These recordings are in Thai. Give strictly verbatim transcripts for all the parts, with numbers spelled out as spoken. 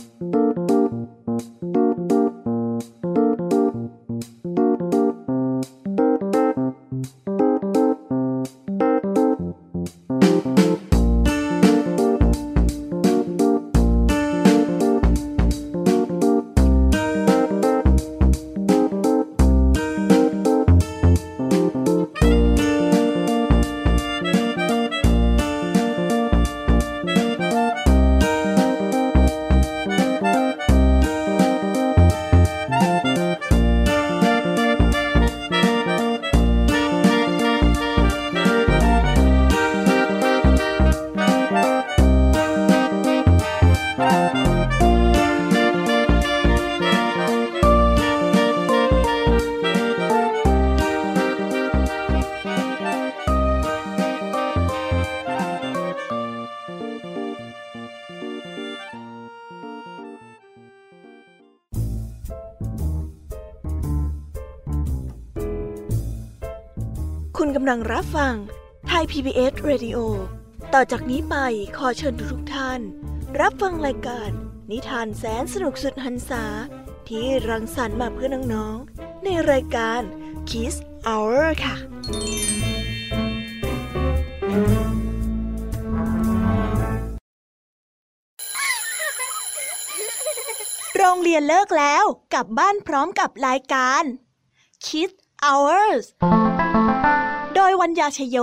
คุณกำลังรับฟังไทย พี บี เอส Radio ต่อจากนี้ไปขอเชิญทุกท่านรับฟังรายการนิทานแสนสนุกสุดหรรษาที่รังสรรค์มาเพื่อน้องๆในรายการ Kids Hour ค่ะโรงเรียนเลิกแล้วกลับบ้านพร้อมกับรายการ Kids Hoursโดยวัญญาชโย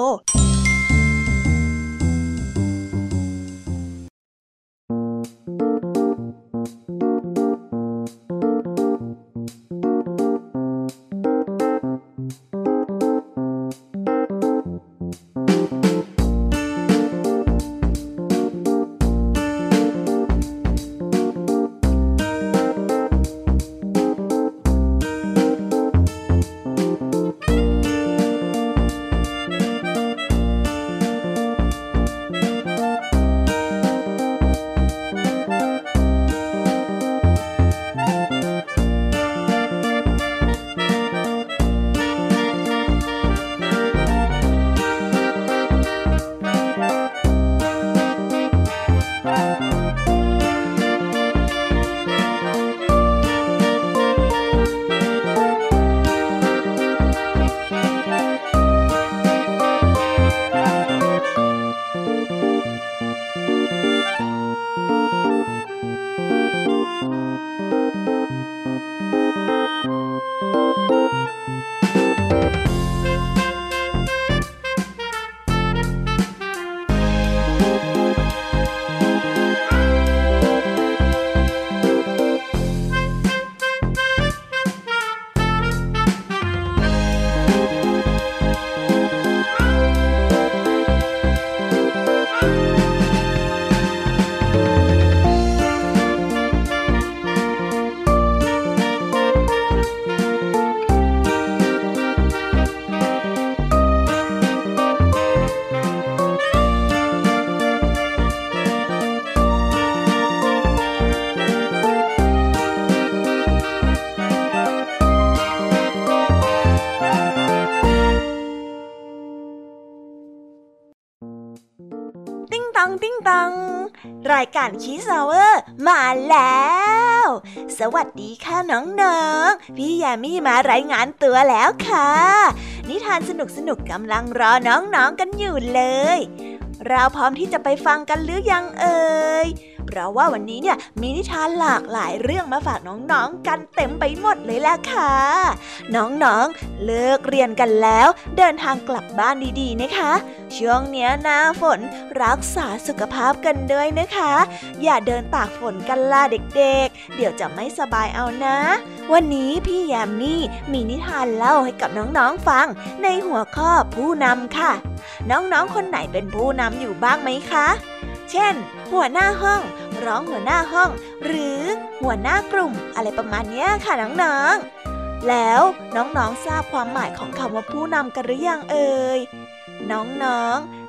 รายการคิสเอาเวอร์มาแล้วสวัสดีค่ะน้องๆพี่แยมมี่มารายงานตัวแล้วค่ะนิทานสนุกๆกำลังรอน้องๆกันอยู่เลยเราพร้อมที่จะไปฟังกันหรือยังเอ่ยเพราะว่าวันนี้เนี่ยมีนิทานหลากหลายเรื่องมาฝากน้องๆกันเต็มไปหมดเลยล่ะค่ะน้องๆเลิกเรียนกันแล้วเดินทางกลับบ้านดีๆนะคะช่วงเนี้ยหน้าฝนรักษาสุขภาพกันด้วยนะคะอย่าเดินตากฝนกันล่ะเด็กๆเดี๋ยวจะไม่สบายเอานะวันนี้พี่แยมมี่มีนิทานเล่าให้กับน้องๆฟังในหัวข้อผู้นำค่ะน้องๆคนไหนเป็นผู้นำอยู่บ้างไหมคะเช่นหัวหน้าห้องร้องหัวหน้าห้องหรือหัวหน้ากลุ่มอะไรประมาณนี้ค่ะน้องๆแล้วน้องๆทราบความหมายของคำว่าผู้นำกันหรือยังเอ่ยน้องๆ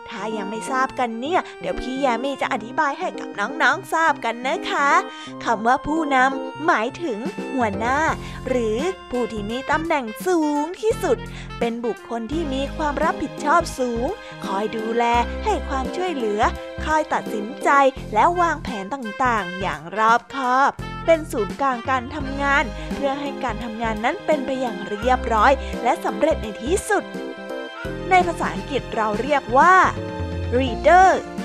ถ้ายังไม่ทราบกันเนี่ยเดี๋ยวพี่แยมมี่จะอธิบายให้กับน้องๆทราบกันนะคะคำว่าผู้นำหมายถึงหัวหน้าหรือผู้ที่มีตำแหน่งสูงที่สุดเป็นบุคคลที่มีความรับผิดชอบสูงคอยดูแลให้ความช่วยเหลือคอยตัดสินใจและวางแผนต่างๆอย่างรอบคอบเป็นศูนย์กลางการทำงานเพื่อให้การทำงานนั้นเป็นไปอย่างเรียบร้อยและสำเร็จในที่สุดในภาษาอังกฤษเราเรียกว่า leader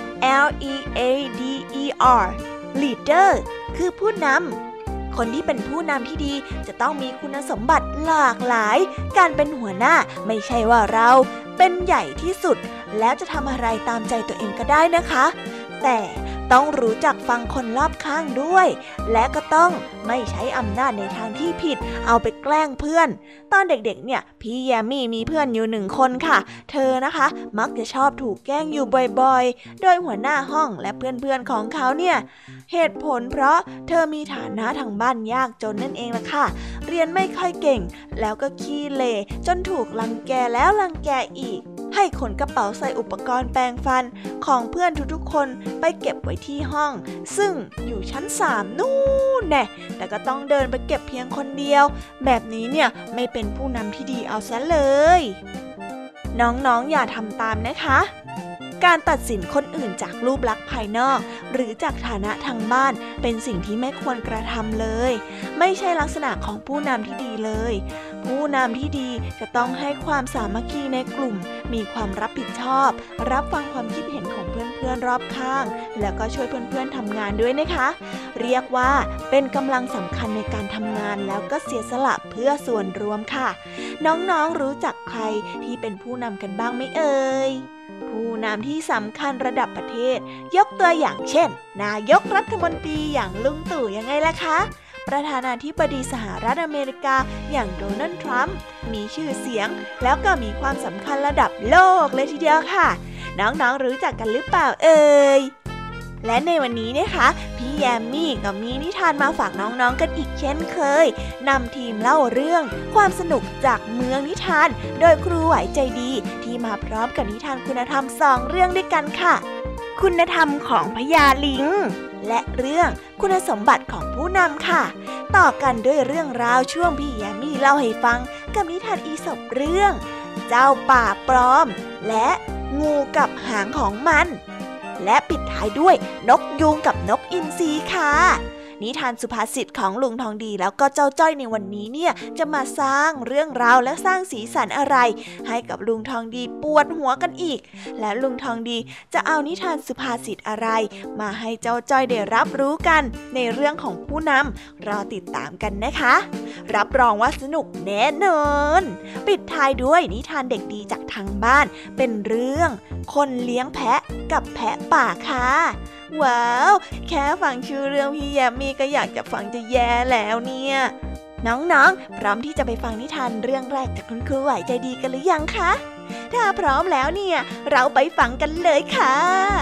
L E A D E R leader คือผู้นำคนที่เป็นผู้นำที่ดีจะต้องมีคุณสมบัติหลากหลายการเป็นหัวหน้าไม่ใช่ว่าเราเป็นใหญ่ที่สุดแล้วจะทำอะไรตามใจตัวเองก็ได้นะคะแต่ต้องรู้จักฟังคนรอบข้างด้วยและก็ต้องไม่ใช้อำนาจในทางที่ผิดเอาไปแกล้งเพื่อนตอนเด็กๆเนี่ยพี่แยมมี่มีเพื่อนอยู่หนึ่งคนค่ะเธอนะคะมักจะชอบถูกแกล้งอยู่บ่อยๆโดยหัวหน้าห้องและเพื่อนๆของเขาเนี่ยเหตุผลเพราะเธอมีฐานะทางบ้านยากจนนั่นเองล่ะค่ะเรียนไม่ค่อยเก่งแล้วก็ขี้เหร่จนถูกรังแกแล้วรังแกอีกให้ขนกระเป๋าใส่อุปกรณ์แปรงฟันของเพื่อนทุกๆคนไปเก็บไว้ที่ห้องซึ่งอยู่ชั้นสามนู่นแน่แต่ก็ต้องเดินไปเก็บเพียงคนเดียวแบบนี้เนี่ยไม่เป็นผู้นำที่ดีเอาซะเลยน้องๆอย่าทำตามนะคะการตัดสินคนอื่นจากรูปลักษณ์ภายนอกหรือจากฐานะทางบ้านเป็นสิ่งที่ไม่ควรกระทำเลยไม่ใช่ลักษณะของผู้นำที่ดีเลยผู้นำที่ดีจะต้องให้ความสามัคคีในกลุ่มมีความรับผิดชอบรับฟังความคิดเห็นของเพื่อนๆรอบข้างแล้วก็ช่วยเพื่อนๆทำงานด้วยนะคะเรียกว่าเป็นกำลังสำคัญในการทำงานแล้วก็เสียสละเพื่อส่วนรวมค่ะน้องๆรู้จักใครที่เป็นผู้นำกันบ้างไหมเอ่ยผู้นำที่สำคัญระดับประเทศยกตัวอย่างเช่นนายกรัฐมนตรีอย่างลุงตู่ยังไงล่ะคะประธานาธิบดีสหรัฐอเมริกาอย่างโดนัลด์ทรัมป์มีชื่อเสียงแล้วก็มีความสำคัญระดับโลกเลยทีเดียวค่ะน้องๆรู้จักกันหรือเปล่าเอ่ยและในวันนี้นะคะพี่แยมมี่ก็มีนิทานมาฝากน้องๆกันอีกเช่นเคยนำทีมเล่าเรื่องความสนุกจากเมืองนิทานโดยครูไหวใจดีที่มาพร้อมกับนิทานคุณธรรมสองเรื่องด้วยกันค่ะคุณธรรมของพญาลิงและเรื่องคุณสมบัติของผู้นำค่ะต่อกันด้วยเรื่องราวช่วงพี่แยมมี่เล่าให้ฟังกับนิทานอีสปเรื่องเจ้าป่าปลอมและงูกับหางของมันและปิดท้ายด้วยนกยูงกับนกอินทรีค่ะนิทานสุภาษิตของลุงทองดีแล้วก็เจ้าจ้อยในวันนี้เนี่ยจะมาสร้างเรื่องราวและสร้างสีสันอะไรให้กับลุงทองดีปวดหัวกันอีกและลุงทองดีจะเอานิทานสุภาษิตอะไรมาให้เจ้าจ้อยได้รับรู้กันในเรื่องของผู้นำรอติดตามกันนะคะรับรองว่าสนุกแน่นอนปิดท้ายด้วยนิทานเด็กดีจากทางบ้านเป็นเรื่องคนเลี้ยงแพะกับแพะป่าค่ะว้าวแค่ฟังชื่อเรื่องพี่แยมมี่ก็อยากจะฟังจะแย่แล้วเนี่ยน้องๆพร้อมที่จะไปฟังนิทานเรื่องแรกจากคุณครูไหวใจดีกันหรือยังคะถ้าพร้อมแล้วเนี่ยเราไปฟังกันเลยค่ะ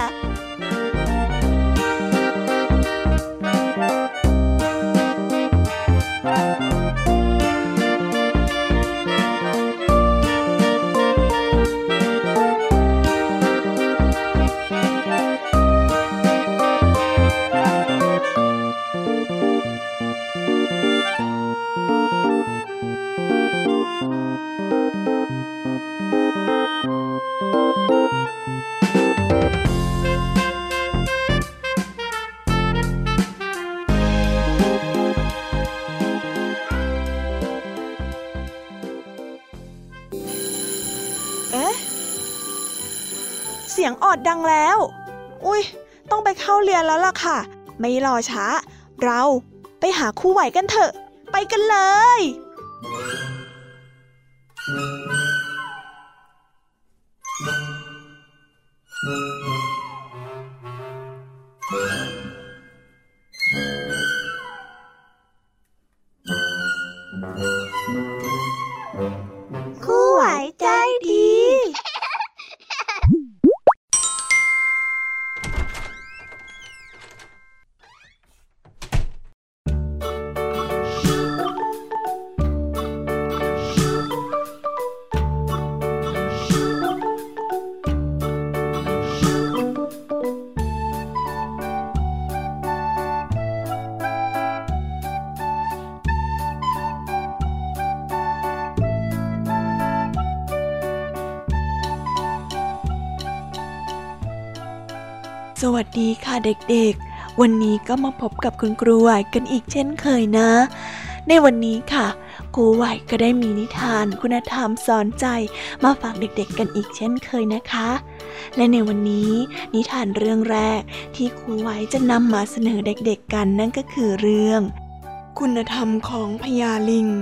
เสียงออดดังแล้วอุ๊ยต้องไปเข้าเรียนแล้วล่ะค่ะไม่รอช้าเราไปหาครูไหวกันเถอะไปกันเลยครูไหวใจดีสวัสดีค่ะเด็กๆวันนี้ก็มาพบกับคุณครูไหวกันอีกเช่นเคยนะในวันนี้ค่ะครูไหวก็ได้มีนิทานคุณธรรมสอนใจมาฝากเด็กๆกันอีกเช่นเคยนะคะและในวันนี้นิทานเรื่องแรกที่ครูไหวจะนำมาเสนอเด็กๆกันนั่นก็คือเรื่องคุณธรรมของพญาลิง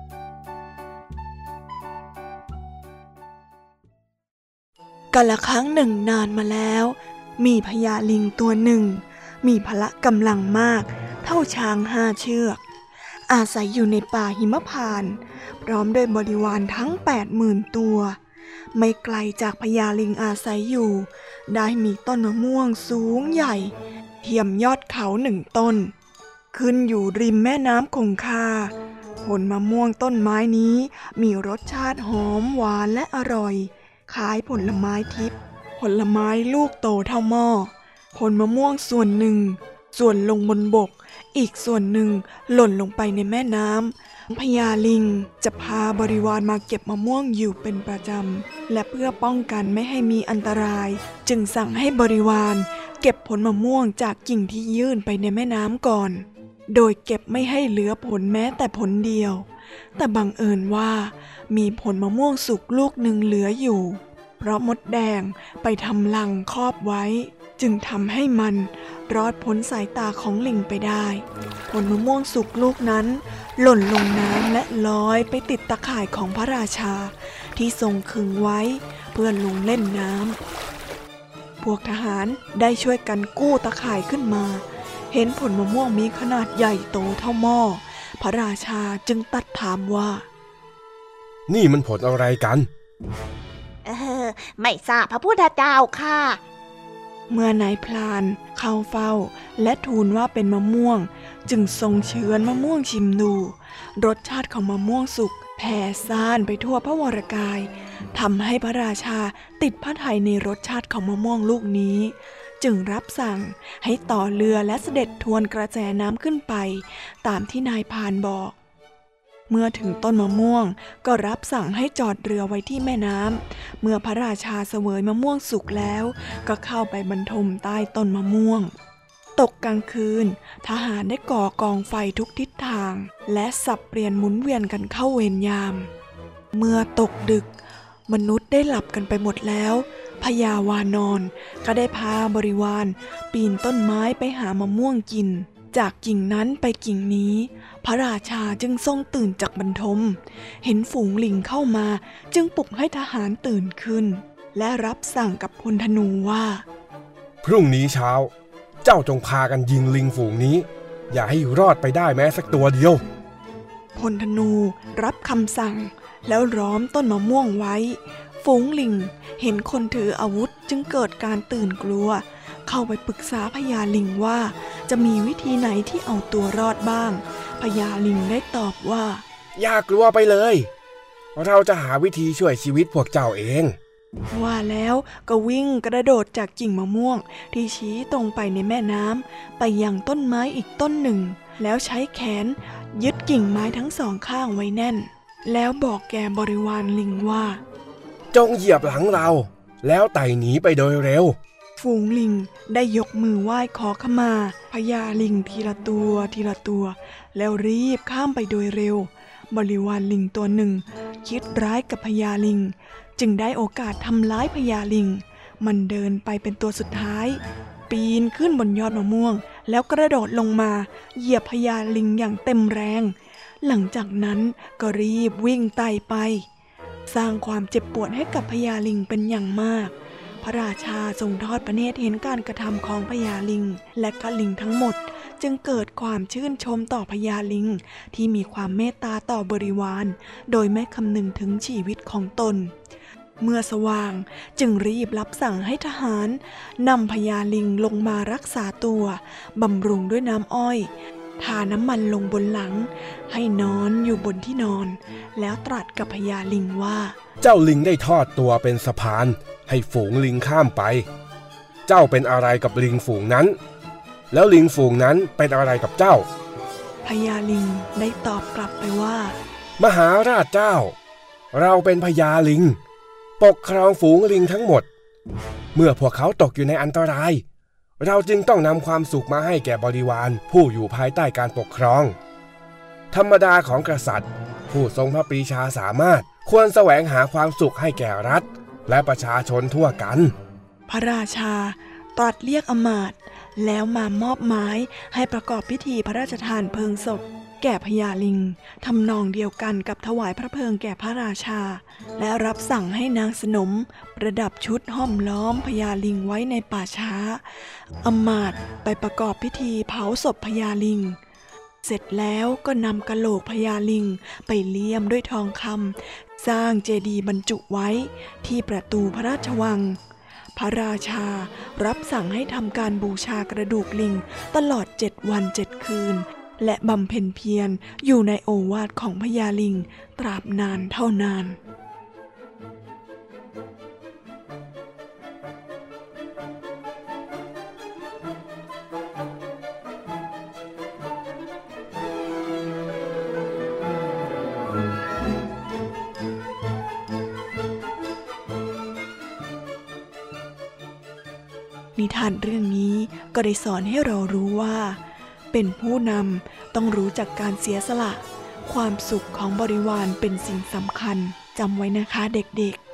กาลครั้งหนึ่งนานมาแล้วมีพญาลิงตัวหนึ่งมีพละกำลังมากเท่าช้างห้าเชือกอาศัยอยู่ในป่าหิมพานต์พร้อมด้วยบริวารทั้งแปดหมื่นตัวไม่ไกลจากพญาลิงอาศัยอยู่ได้มีต้นมะม่วงสูงใหญ่เทียมยอดเขาหนึ่งต้นขึ้นอยู่ริมแม่น้ำคงคาผลมะม่วงต้นไม้นี้มีรสชาติหอมหวานและอร่อยคล้ายผลไม้ทิพย์ผลไม้ลูกโตเท่าหม้อผลมะม่วงส่วนหนึ่งส่วนลงบนบกอีกส่วนหนึ่งหล่นลงไปในแม่น้ำพญาลิงจะพาบริวารมาเก็บมะม่วงอยู่เป็นประจำและเพื่อป้องกันไม่ให้มีอันตรายจึงสั่งให้บริวารเก็บผลมะม่วงจากกิ่งที่ยื่นไปในแม่น้ำก่อนโดยเก็บไม่ให้เหลือผลแม้แต่ผลเดียวแต่บังเอิญว่ามีผลมะม่วงสุกลูกหนึ่งเหลืออยู่เพราะมดแดงไปทำรังครอบไว้จึงทำให้มันรอดพ้นสายตาของลิงไปได้ผลมะม่วงสุกลูกนั้นหล่นลงน้ำและลอยไปติดตะข่ายของพระราชาที่ทรงขึงไว้เพื่อลงเล่นน้ำพวกทหารได้ช่วยกันกู้ตะข่ายขึ้นมาเห็นผลมะม่วงมีขนาดใหญ่โตเท่าหม้อพระราชาจึงตรัสถามว่านี่มันผลอะไรกันเออไม่ทราบพระพุทธเจ้าค่ะเมื่อนายพลานเข้าเฝ้าและทูลว่าเป็นมะม่วงจึงทรงเชื้อนมะม่วงชิมดูรสชาติของมะม่วงสุกแผ่ซ่านไปทั่วพระวรกายทำให้พระราชาติดพระทัยในรสชาติของมะม่วงลูกนี้จึงรับสั่งให้ต่อเรือและเสด็จทวนกระแสน้ำขึ้นไปตามที่นายพรานบอกเมื่อถึงต้นมะม่วงก็รับสั่งให้จอดเรือไว้ที่แม่น้ำเมื่อพระราชาเสวยมะม่วงสุกแล้วก็เข้าไปบรรทมใต้ต้นมะม่วงตกกลางคืนทหารได้ก่อกองไฟทุกทิศทางและสับเปลี่ยนหมุนเวียนกันเข้าเวรยามเมื่อตกดึกมนุษย์ได้หลับกันไปหมดแล้วพญาวานอนก็ได้พาบริวารปีนต้นไม้ไปหามะม่วงกินจากกิ่งนั้นไปกิ่งนี้พระราชาจึงทรงตื่นจากบรรทมเห็นฝูงลิงเข้ามาจึงปลุกให้ทหารตื่นขึ้นและรับสั่งกับพลธนูว่าพรุ่งนี้เช้าเจ้าจงพากันยิงลิงฝูงนี้อย่าให้รอดไปได้แม้สักตัวเดียวพลธนูรับคำสั่งแล้วล้อมต้นมะม่วงไว้ฝูงลิงเห็นคนถืออาวุธจึงเกิดการตื่นกลัวเข้าไปปรึกษาพญาลิงว่าจะมีวิธีไหนที่เอาตัวรอดบ้างพญาลิงได้ตอบว่าอย่ากลัวไปเลยเราจะหาวิธีช่วยชีวิตพวกเจ้าเองว่าแล้วก็วิ่งกระโดดจากกิ่งมะม่วงที่ชี้ตรงไปในแม่น้ำไปยังต้นไม้อีกต้นหนึ่งแล้วใช้แขนยึดกิ่งไม้ทั้งสองข้างไว้แน่นแล้วบอกแก่บริวารลิงว่าจงเหยียบหลังเราแล้วไต่หนีไปโดยเร็วฝูงลิงได้ยกมือไหว้ขอขมาพญาลิงทีละตัวทีละตัวแล้วรีบข้ามไปโดยเร็วบริวารลิงตัวหนึ่งคิดร้ายกับพญาลิงจึงได้โอกาสทำร้ายพญาลิงมันเดินไปเป็นตัวสุดท้ายปีนขึ้นบนยอดมะม่วงแล้วกระโดดลงมาเหยียบพญาลิงอย่างเต็มแรงหลังจากนั้นก็รีบวิ่งไต่ไปสร้างความเจ็บปวดให้กับพญาลิงเป็นอย่างมากพระราชาทรงทอดพระเนตรเห็นการกระทำของพญาลิงและก็ลิงทั้งหมดจึงเกิดความชื่นชมต่อพญาลิงที่มีความเมตตาต่อบริวารโดยไม่คำนึงถึงชีวิตของตนเมื่อสว่างจึงรีบรับสั่งให้ทหารนำพญาลิงลงมารักษาตัวบำรุงด้วยน้ำอ้อยทาน้ำมันลงบนหลังให้นอนอยู่บนที่นอนแล้วตรัสกับพญาลิงว่าเจ้าลิงได้ทอดตัวเป็นสะพานให้ฝูงลิงข้ามไปเจ้าเป็นอะไรกับลิงฝูงนั้นแล้วลิงฝูงนั้นเป็นอะไรกับเจ้าพญาลิงได้ตอบกลับไปว่ามหาราชเจ้าเราเป็นพญาลิงปกครองฝูงลิงทั้งหมดเมื่อพวกเขาตกอยู่ในอันตรายเราจึงต้องนำความสุขมาให้แก่บริวารผู้อยู่ภายใต้การปกครองธรรมดาของกษัตริย์ผู้ทรงพระปรีชาสามารถควรแสวงหาความสุขให้แก่รัฐและประชาชนทั่วกันพระราชาตรัสเรียกอมาตย์แล้วมามอบหมายให้ประกอบพิธีพระราชทานเพลิงศพแก่พญาลิงทำนองเดียวกันกับถวายพระเพลิงแก่พระราชาและรับสั่งให้นางสนมประดับชุดห้อมล้อมพญาลิงไว้ในป่าช้าอมาตย์ไปประกอบพิธีเผาศพพญาลิงเสร็จแล้วก็นำกะโหลกพญาลิงไปเลี่ยมด้วยทองคำสร้างเจดีย์บรรจุไว้ที่ประตูพระราชวังพระราชารับสั่งให้ทำการบูชากระดูกลิงตลอดเจ็ดวันเจ็ดคืนและบำเพ็ญเพียรอยู่ในโอวาทของพญาลิงตราบนานเท่านานนิทานเรื่องนี้ก็ได้สอนให้เรารู้ว่าเป็นผู้นำต้องรู้จักการเสียสละความสุขของบริวารเป็นสิ่งสำคัญจำไว้นะคะเด็กๆ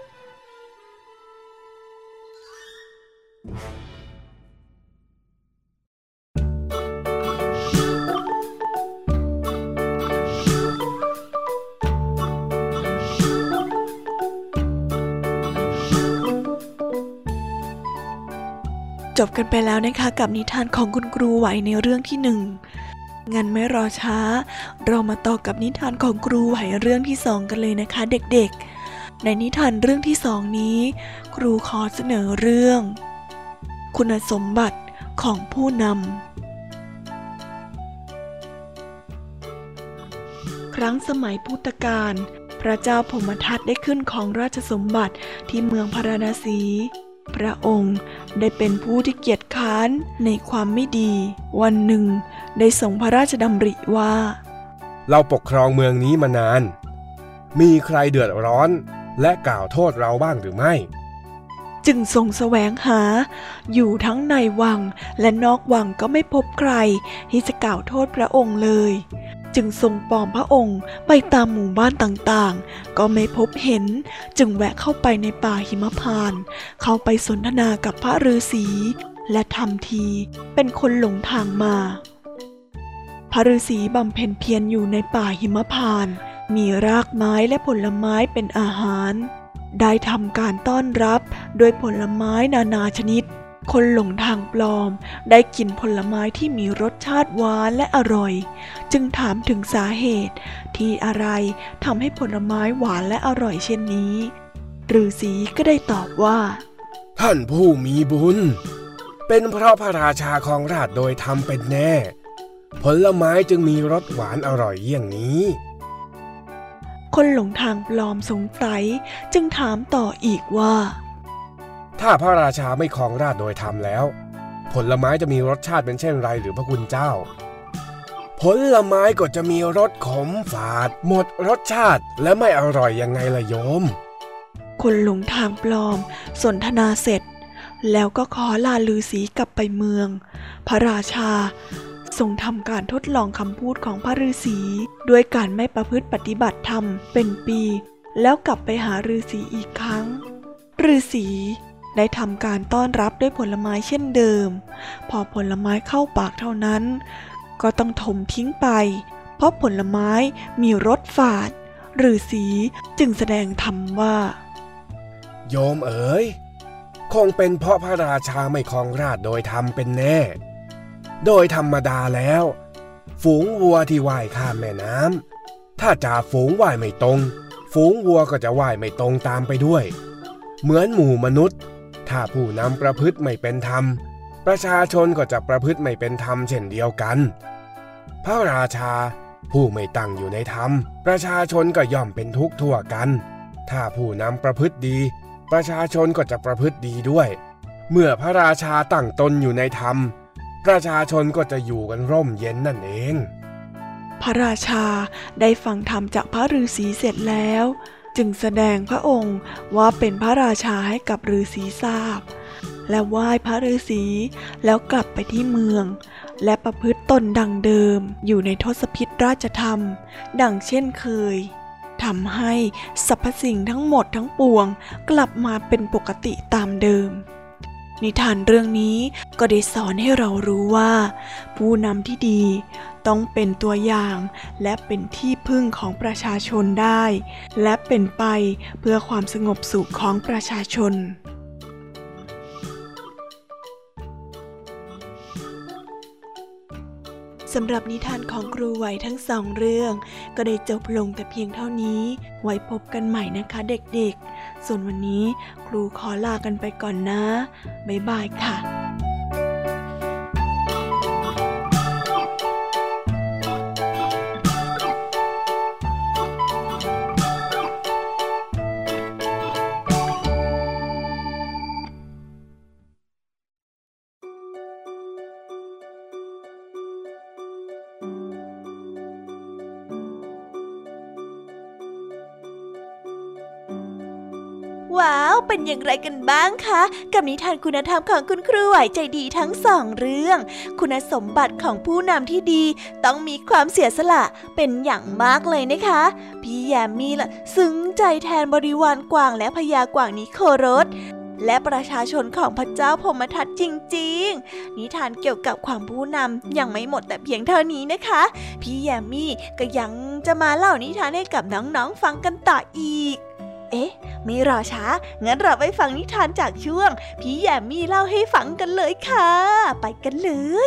จบกันไปแล้วนะคะกับนิทานของคุณครูไหวในเรื่องที่หนึ่งงั้นไม่รอช้าเรามาต่อกับนิทานของครูไหวเรื่องที่สองกันเลยนะคะเด็กๆในนิทานเรื่องที่สองนี้ครูขอเสนอเรื่องคุณสมบัติของผู้นำครั้งสมัยพุทธกาลพระเจ้าพมทัตได้ขึ้นของราชสมบัติที่เมืองพาราณสีพระองค์ได้เป็นผู้ที่เกียจคร้านในความไม่ดีวันหนึ่งได้ทรงพระราชดำริว่าเราปกครองเมืองนี้มานานมีใครเดือดร้อนและกล่าวโทษเราบ้างหรือไม่จึงทรงแสวงหาอยู่ทั้งในวังและนอกวังก็ไม่พบใครที่จะกล่าวโทษพระองค์เลยจึงทรงปลอมพระองค์ไปตามหมู่บ้านต่างๆก็ไม่พบเห็นจึงแวะเข้าไปในป่าหิมพานต์เข้าไปสนทนากับพระฤาษีและทำทีเป็นคนหลงทางมาพระฤาษีบำเพ็ญเพียรอยู่ในป่าหิมพานต์มีรากไม้และผลไม้เป็นอาหารได้ทำการต้อนรับด้วยผลไม้นานาชนิดคนหลงทางปลอมได้กินผลไม้ที่มีรสชาติหวานและอร่อยจึงถามถึงสาเหตุที่อะไรทำให้ผลไม้หวานและอร่อยเช่นนี้ฤาษีก็ได้ตอบว่าท่านผู้มีบุญเป็นเพราะพระราชาครองราชย์โดยธรรมเป็นแน่ผลไม้จึงมีรสหวานอร่อยเยี่ยงนี้คนหลงทางปลอมสงสัยจึงถามต่ออีกว่าถ้าพระราชาไม่ครองราชย์โดยธรรมแล้วผลไม้จะมีรสชาติเป็นเช่นไรหรือพระคุณเจ้าผลไม้ก็จะมีรสขมฝาดหมดรสชาติและไม่อร่อยยังไงล่ะโยมคนหลงทางปลอมสนทนาเสร็จแล้วก็ขอลาฤาษีกลับไปเมืองพระราชาทรงทำการทดลองคำพูดของพระฤาษีด้วยการไม่ประพฤติปฏิบัติธรรมเป็นปีแล้วกลับไปหาฤาษีอีกครั้งฤาษีได้ทำการต้อนรับด้วยผลไม้เช่นเดิมพอผลไม้เข้าปากเท่านั้นก็ต้องถมทิ้งไปเพราะผลไม้มีรสฝาดฤาษีจึงแสดงธรรมว่าโยมเอ๋ยคงเป็นเพราะพระราชาไม่ครองราชย์โดยธรรมเป็นแน่โดยธรรมดาแล้วฝูงวัวที่ว่ายข้ามแม่น้ำถ้าจ่าฝูงว่ายไม่ตรงฝูงวัวก็จะว่ายไม่ตรงตามไปด้วยเหมือนหมู่มนุษย์ถ้าผู้นำประพฤติไม่เป็นธรรมประชาชนก็จะประพฤติไม่เป็นธรรมเช่นเดียวกันพระราชาผู้ไม่ตั้งอยู่ในธรรมประชาชนก็ย่อมเป็นทุกข์ทั่วกันถ้าผู้นำประพฤติดีประชาชนก็จะประพฤติดีด้วยเมื่อพระราชาตั้งตนอยู่ในธรรมประชาชนก็จะอยู่กันร่มเย็นนั่นเองพระราชาได้ฟังธรรมจากพระฤาษีเสร็จแล้วจึงแสดงพระองค์ว่าเป็นพระราชาให้กับฤาษีทราบและไหว้พระฤาษีแล้วกลับไปที่เมืองและประพฤติตนดังเดิมอยู่ในทศพิธราชธรรมดังเช่นเคยทำให้สรรพสิ่งทั้งหมดทั้งปวงกลับมาเป็นปกติตามเดิมนิทานเรื่องนี้ก็ได้สอนให้เรารู้ว่าผู้นำที่ดีต้องเป็นตัวอย่างและเป็นที่พึ่งของประชาชนได้และเป็นไปเพื่อความสงบสุขของประชาชนสำหรับนิทานของครูไหวทั้งสองเรื่องก็ได้จบลงแต่เพียงเท่านี้ไว้พบกันใหม่นะคะเด็กๆส่วนวันนี้ครูขอลากันไปก่อนนะบ๊ายบายค่ะว้าวเป็นอย่างไรกันบ้างคะกับนิทานคุณธรรมของคุณครูไหวใจดีทั้งสองเรื่องคุณสมบัติของผู้นำที่ดีต้องมีความเสียสละเป็นอย่างมากเลยนะคะพี่แยมมี่ล่ะซึ้งใจแทนบริวารกวางและพญากวางนิโครสและประชาชนของพระเจ้าพรหมทัตจริงๆนิทานเกี่ยวกับความผู้นำยังไม่หมดแต่เพียงเท่านี้นะคะพี่แยมมี่ก็ยังจะมาเล่านิทานให้กับน้องๆฟังกันต่ออีกเอ๊ะไม่รอช้างั้นเราไปฟังนิทานจากช่วงพี่แยมมี่เล่าให้ฟังกันเลยค่ะไปกันเลย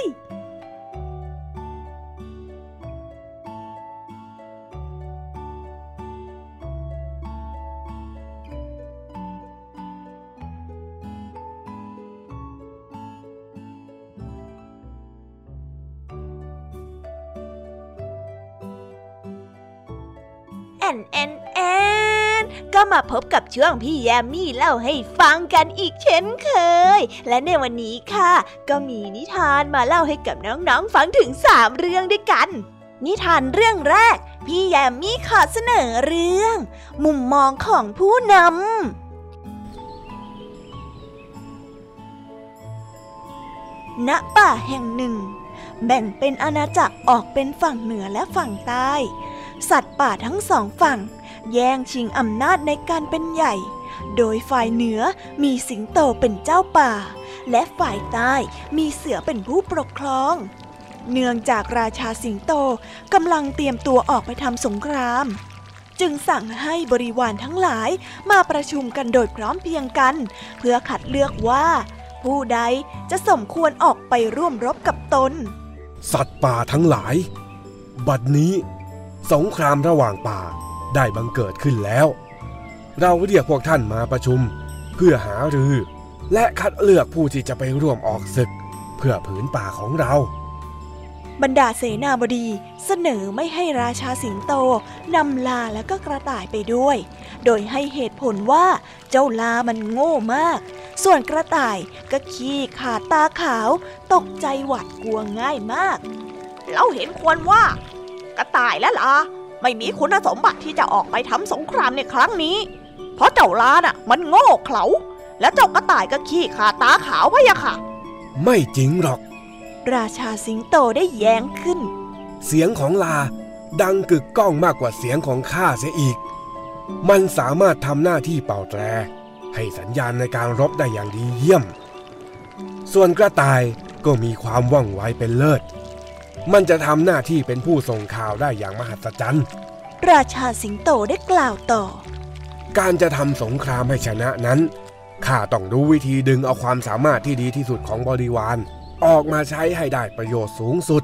แอนแอนแอนก็มาพบกับช่วงพี่แยมมี่เล่าให้ฟังกันอีกเช่นเคยและในวันนี้ค่ะก็มีนิทานมาเล่าให้กับน้องๆฟังถึงสามเรื่องด้วยกันนิทานเรื่องแรกพี่แยมมี่ขอเสนอเรื่องมุมมองของผู้นำณป่าแห่งหนึ่งแบ่งเป็นอาณาจักรออกเป็นฝั่งเหนือและฝั่งใต้สัตว์ป่าทั้งสองฝั่งแย่งชิงอำนาจในการเป็นใหญ่โดยฝ่ายเหนือมีสิงโตเป็นเจ้าป่าและฝ่ายใต้มีเสือเป็นผู้ปกครองเนื่องจากราชาสิงโตกำลังเตรียมตัวออกไปทำสงครามจึงสั่งให้บริวารทั้งหลายมาประชุมกันโดยพร้อมเพรียงกันเพื่อคัดเลือกว่าผู้ใดจะสมควรออกไปร่วมรบกับตนสัตว์ป่าทั้งหลายบัดนี้สงครามระหว่างป่าได้บังเกิดขึ้นแล้วเราเรียกพวกท่านมาประชุมเพื่อหารือและคัดเลือกผู้ที่จะไปร่วมออกศึกเพื่อผืนป่าของเราบรรดาเสนาบดีเสนอไม่ให้ราชาสิงโตนำลาและก็กระต่ายไปด้วยโดยให้เหตุผลว่าเจ้าลามันโง่มากส่วนกระต่ายก็ขี้ขาดตาขาวตกใจหวาดกลัวง่ายมากเราเห็นควรว่ากระต่ายและลาไม่มีคุณสมบัติที่จะออกไปทำสงครามในครั้งนี้เพราะเจ้าลาน่ะมันโง่เขลาและเจ้ากระต่ายก็ขี้ขาดตาขาวพะยะค่ะไม่จริงหรอกราชาสิงโตได้แย้งขึ้นเสียงของลาดังกึกก้องมากกว่าเสียงของข้าเสียอีกมันสามารถทำหน้าที่เป่าแตรให้สัญญาณในการรบได้อย่างดีเยี่ยมส่วนกระต่ายก็มีความว่องไวเป็นเลิศมันจะทำหน้าที่เป็นผู้ส่งข่าวได้อย่างมหัศจรรย์ราชาสิงโตได้กล่าวต่อการจะทำสงครามให้ชนะนั้นข้าต้องรู้วิธีดึงเอาความสามารถที่ดีที่สุดของบริวารออกมาใช้ให้ได้ประโยชน์สูงสุด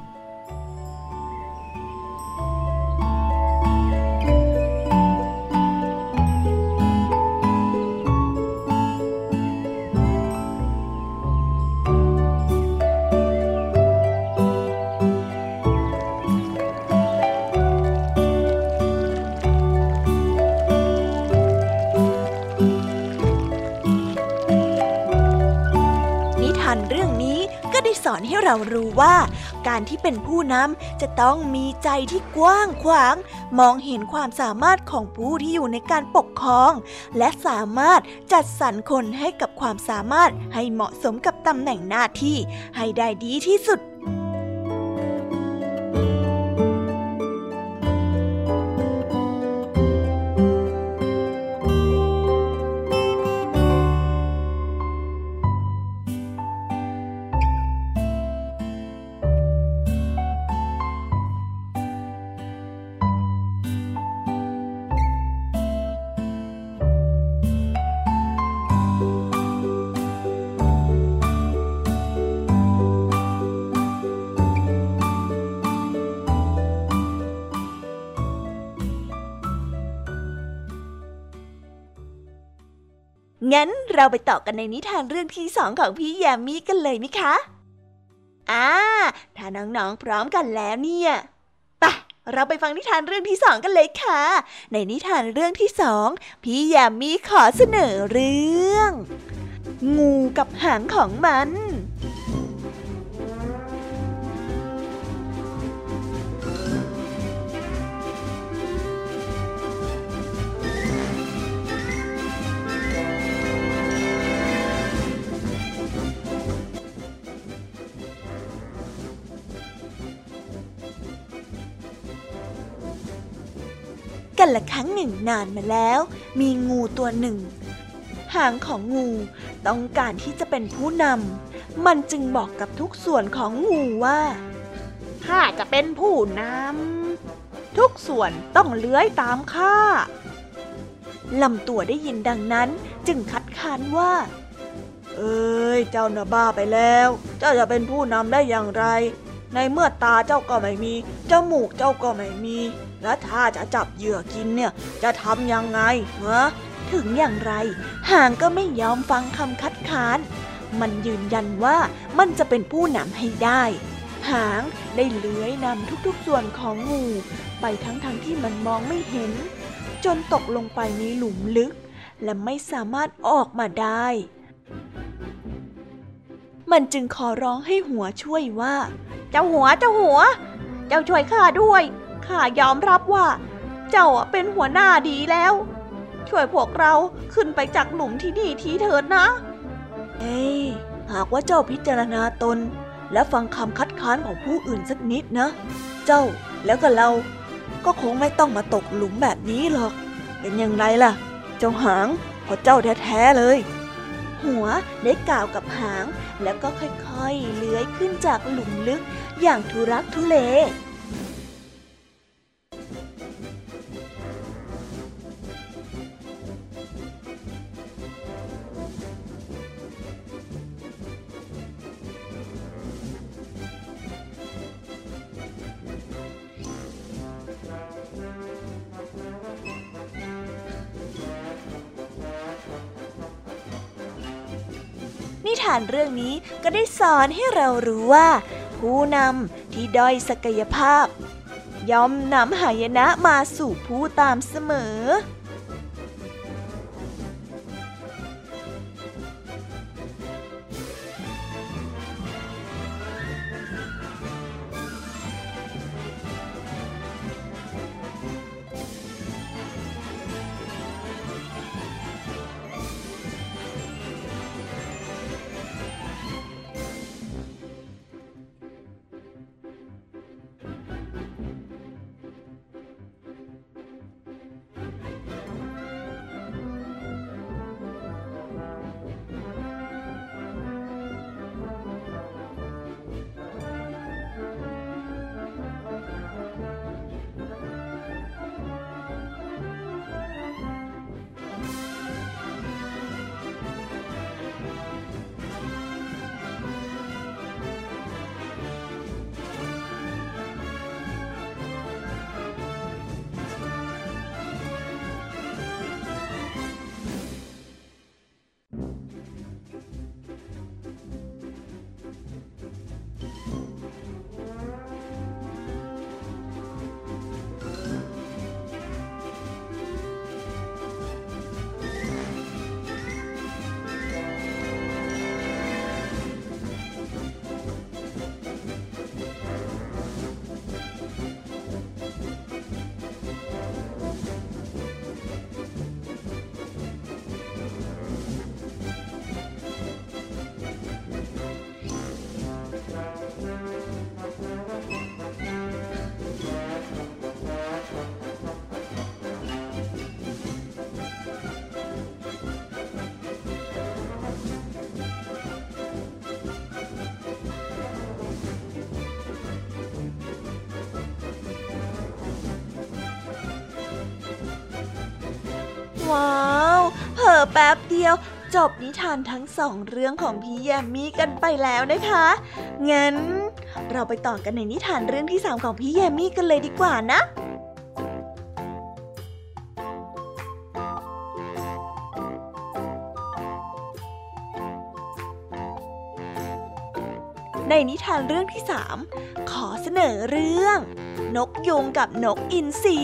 สอนให้เรารู้ว่าการที่เป็นผู้นำจะต้องมีใจที่กว้างขวางมองเห็นความสามารถของผู้ที่อยู่ในการปกครองและสามารถจัดสรรคนให้กับความสามารถให้เหมาะสมกับตำแหน่งหน้าที่ให้ได้ดีที่สุดงั้นเราไปต่อกันในนิทานเรื่องที่สองของพี่แยมมี่กันเลยไหมคะอ่าถ้าน้องๆพร้อมกันแล้วเนี่ยไปเราไปฟังนิทานเรื่องที่สองกันเลยค่ะในนิทานเรื่องที่สองพี่แยมมี่ขอเสนอเรื่องงูกับหางของมันกันละครั้งหนึ่งนานมาแล้วมีงูตัวหนึ่งหางของงูต้องการที่จะเป็นผู้นำมันจึงบอกกับทุกส่วนของงูว่าข้าจะเป็นผู้นำทุกส่วนต้องเลื้อยตามข้าลำตัวได้ยินดังนั้นจึงคัดค้านว่าเอ้ยเจ้าน่ะบ้าไปแล้วเจ้าจะเป็นผู้นำได้อย่างไรในเมื่อตาเจ้าก็ไม่มีจมูกเจ้าก็ไม่มีแล้วถ้าจะจับเหยื่อกินเนี่ยจะทำยังไงฮะถึงอย่างไรหางก็ไม่ยอมฟังคำคัดค้านมันยืนยันว่ามันจะเป็นผู้นำให้ได้หางได้เลื้อยนำทุกๆส่วนของงูไปทั้งๆ ท, ที่มันมองไม่เห็นจนตกลงไปในหลุมลึกและไม่สามารถออกมาได้มันจึงขอร้องให้หัวช่วยว่าเจ้าหัวเจ้าหัวเจ้าช่วยข้าด้วยข้ายอมรับว่าเจ้าเป็นหัวหน้าดีแล้วช่วยพวกเราขึ้นไปจากหลุมที่นี่ทีเถิดนะเอ้ยหากว่าเจ้าพิจารณาตนและฟังคำคัดค้านของผู้อื่นสักนิดนะเจ้าแล้วก็เราก็คงไม่ต้องมาตกหลุมแบบนี้หรอกเป็นอย่างไรล่ะเจ้าหางพอเจ้าแท้ๆเลยหัวได้กล่าวกับหางแล้วก็ค่อยๆเลื้อยขึ้นจากหลุมลึกอย่างทุรักทุเลนิทานเรื่องนี้ก็ได้สอนให้เรารู้ว่าผู้นำที่ด้อยศักยภาพย่อมนำหายนะมาสู่ผู้ตามเสมอว้าวเผลอแป๊บเดียวจบนิทานทั้งสองเรื่องของพี่แยมมี่กันไปแล้วนะคะงั้นเราไปต่อกันในนิทานเรื่องที่สามของพี่แยมมี่กันเลยดีกว่านะในนิทานเรื่องที่สามขอเสนอเรื่องนกยูงกับนกอินทรี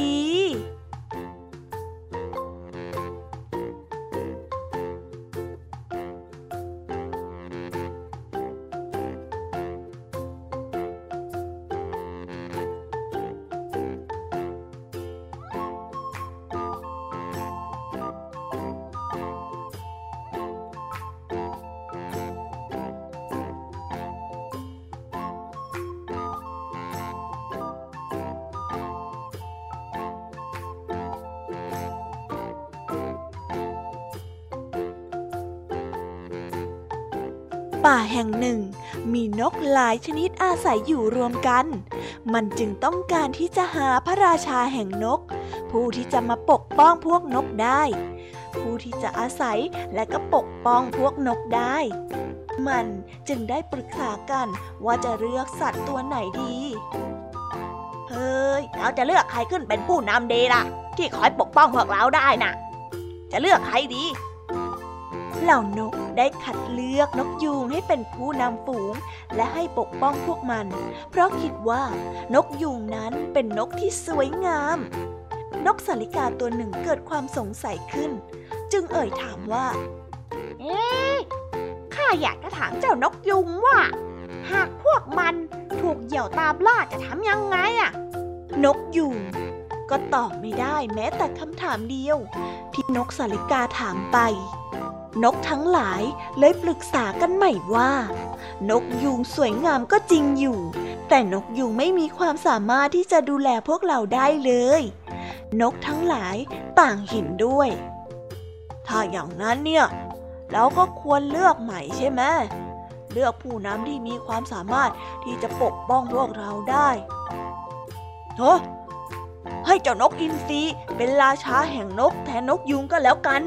ป่าแห่งหนึ่งมีนกหลายชนิดอาศัยอยู่รวมกันมันจึงต้องการที่จะหาพระราชาแห่งนกผู้ที่จะมาปกป้องพวกนกได้ผู้ที่จะอาศัยและก็ปกป้องพวกนกได้มันจึงได้ปรึกษากันว่าจะเลือกสัตว์ตัวไหนดีเฮ้ยเราจะเลือกใครขึ้นเป็นผู้นำดีล่ะที่คอยปกป้องพวกเราได้น่ะจะเลือกใครดีเหล่านกได้คัดเลือกนกยูงให้เป็นผู้นำฝูงและให้ปกป้องพวกมันเพราะคิดว่านกยูงนั้นเป็นนกที่สวยงามนกสาลิกาตัวหนึ่งเกิดความสงสัยขึ้นจึงเอ่ยถามว่าเอ๊ะข้าอยากจะถามเจ้านกยูงว่าหากพวกมันถูกเหยี่ยวตามล่าจะทำยังไงอะนกยูงก็ตอบไม่ได้แม้แต่คำถามเดียวที่นกสาลิกาถามไปนกทั้งหลายเลยปรึกษากันใหม่ว่านกยูงสวยงามก็จริงอยู่แต่นกยูงไม่มีความสามารถที่จะดูแลพวกเราได้เลยนกทั้งหลายต่างเห็นด้วยถ้าอย่างนั้นเนี่ยเราก็ควรเลือกใหม่ใช่ไหมเลือกผู้นำที่มีความสามารถที่จะปกป้องพวกเราได้โธ่ให้เจ้านกอินทรีเป็นราชาแห่งนกแทนนกยูงก็แล้วกัน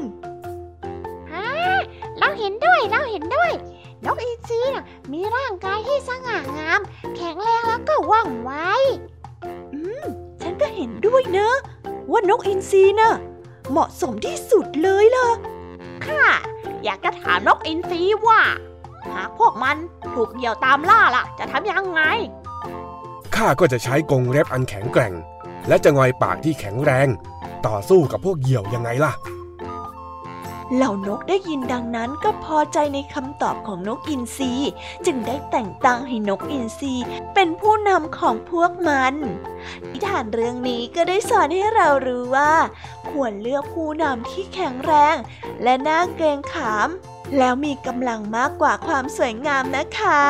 เราเห็นด้วยเราเห็นด้วยนกอินทรีน่ะมีร่างกายที่สง่างามแข็งแรงแล้วก็ว่องไวอืมฉันก็เห็นด้วยนะว่านกอินทรีน่ะเหมาะสมที่สุดเลยล่ะข้าอยากจะถามนกอินทรีว่าหากพวกมันถูกเหยี่ยวตามล่าล่ะจะทำยังไงข้าก็จะใช้กรงเล็บอันแข็งแกร่งและจะงอยปากที่แข็งแรงต่อสู้กับพวกเหยี่ยวยังไงล่ะเหล่านกได้ยินดังนั้นก็พอใจในคำตอบของนกอินทรีจึงได้แต่งตั้งให้นกอินทรีเป็นผู้นำของพวกมันนิทานเรื่องนี้ก็ได้สอนให้เรารู้ว่าควรเลือกผู้นำที่แข็งแรงและน่าเกรงขามแล้วมีกำลังมากกว่าความสวยงามนะคะ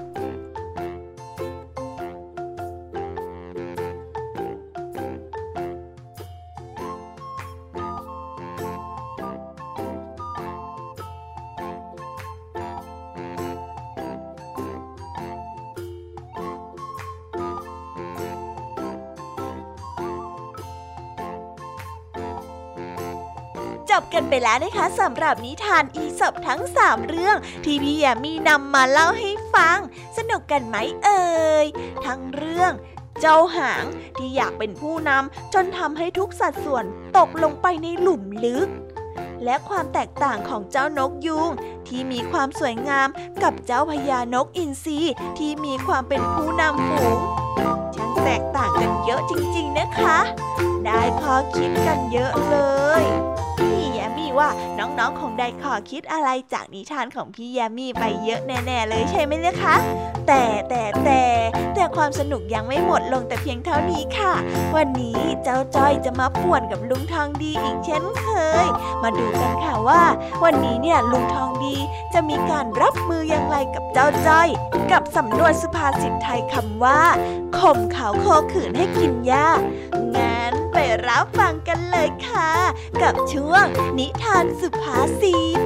จบกันไปแล้วนะคะสำหรับนิทานอีสปทั้งสามเรื่องที่พี่แยมมี่นำมาเล่าให้ฟังสนุกกันไหมเอ่ยทั้งเรื่องเจ้าหางที่อยากเป็นผู้นำจนทำให้ทุกสัดส่วนตกลงไปในหลุมลึกและความแตกต่างของเจ้านกยูงที่มีความสวยงามกับเจ้าพญานกอินทรีที่มีความเป็นผู้นำฝูงช่างแตกต่างกันเยอะจริงๆนะคะได้ข้อคิดกันเยอะเลยพี่แยมมี่ว่าน้องๆคงได้ข้อคิดอะไรจากนิทานของพี่แยมมี่ไปเยอะแน่ๆเลยใช่ไหมล่ะคะแต่แต่แต่แต่ความสนุกยังไม่หมดลงแต่เพียงเท่านี้ค่ะวันนี้เจ้าจ้อยจะมาป่วนกับลุงทองดีอีกเช่นเคยมาดูกันค่ะว่าวันนี้เนี่ยลุงทองดีจะมีการรับมืออย่างไรกับเจ้าจ้อยกับสำนวนสุภาษิตไทยคำว่าข่มเขาโคขืนให้กินหญ้างั้นไปรับฟังกันเลยค่ะกับช่วงนิทานสุภาษิต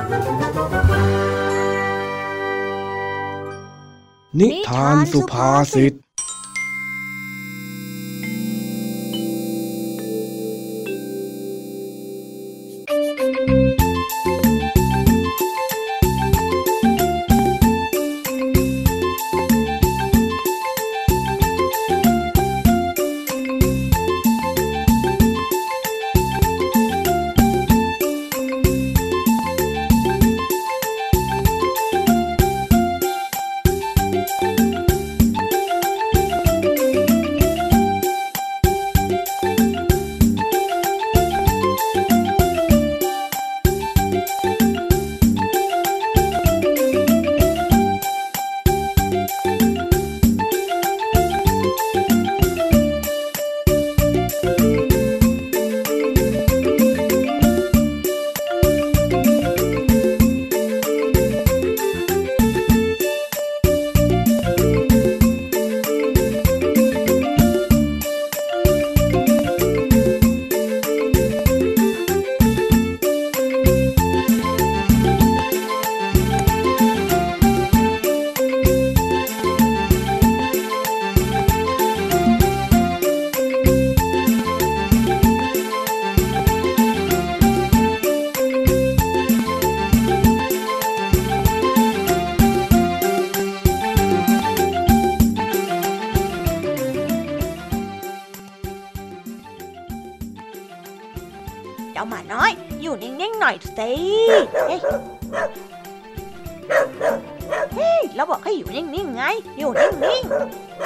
นิทานสุภาษิตเจ้าหมาน้อยอยู่นิ่งๆหน่อยสิเฮ้ยเฮ้ยเราบอกให้อยู่นิ่งๆไงอยู่นิ่งๆ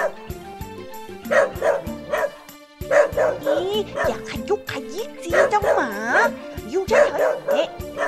นี่อย่าขยุกขยิกสิเจ้าหมาอยู่เฉยๆเฮ้ย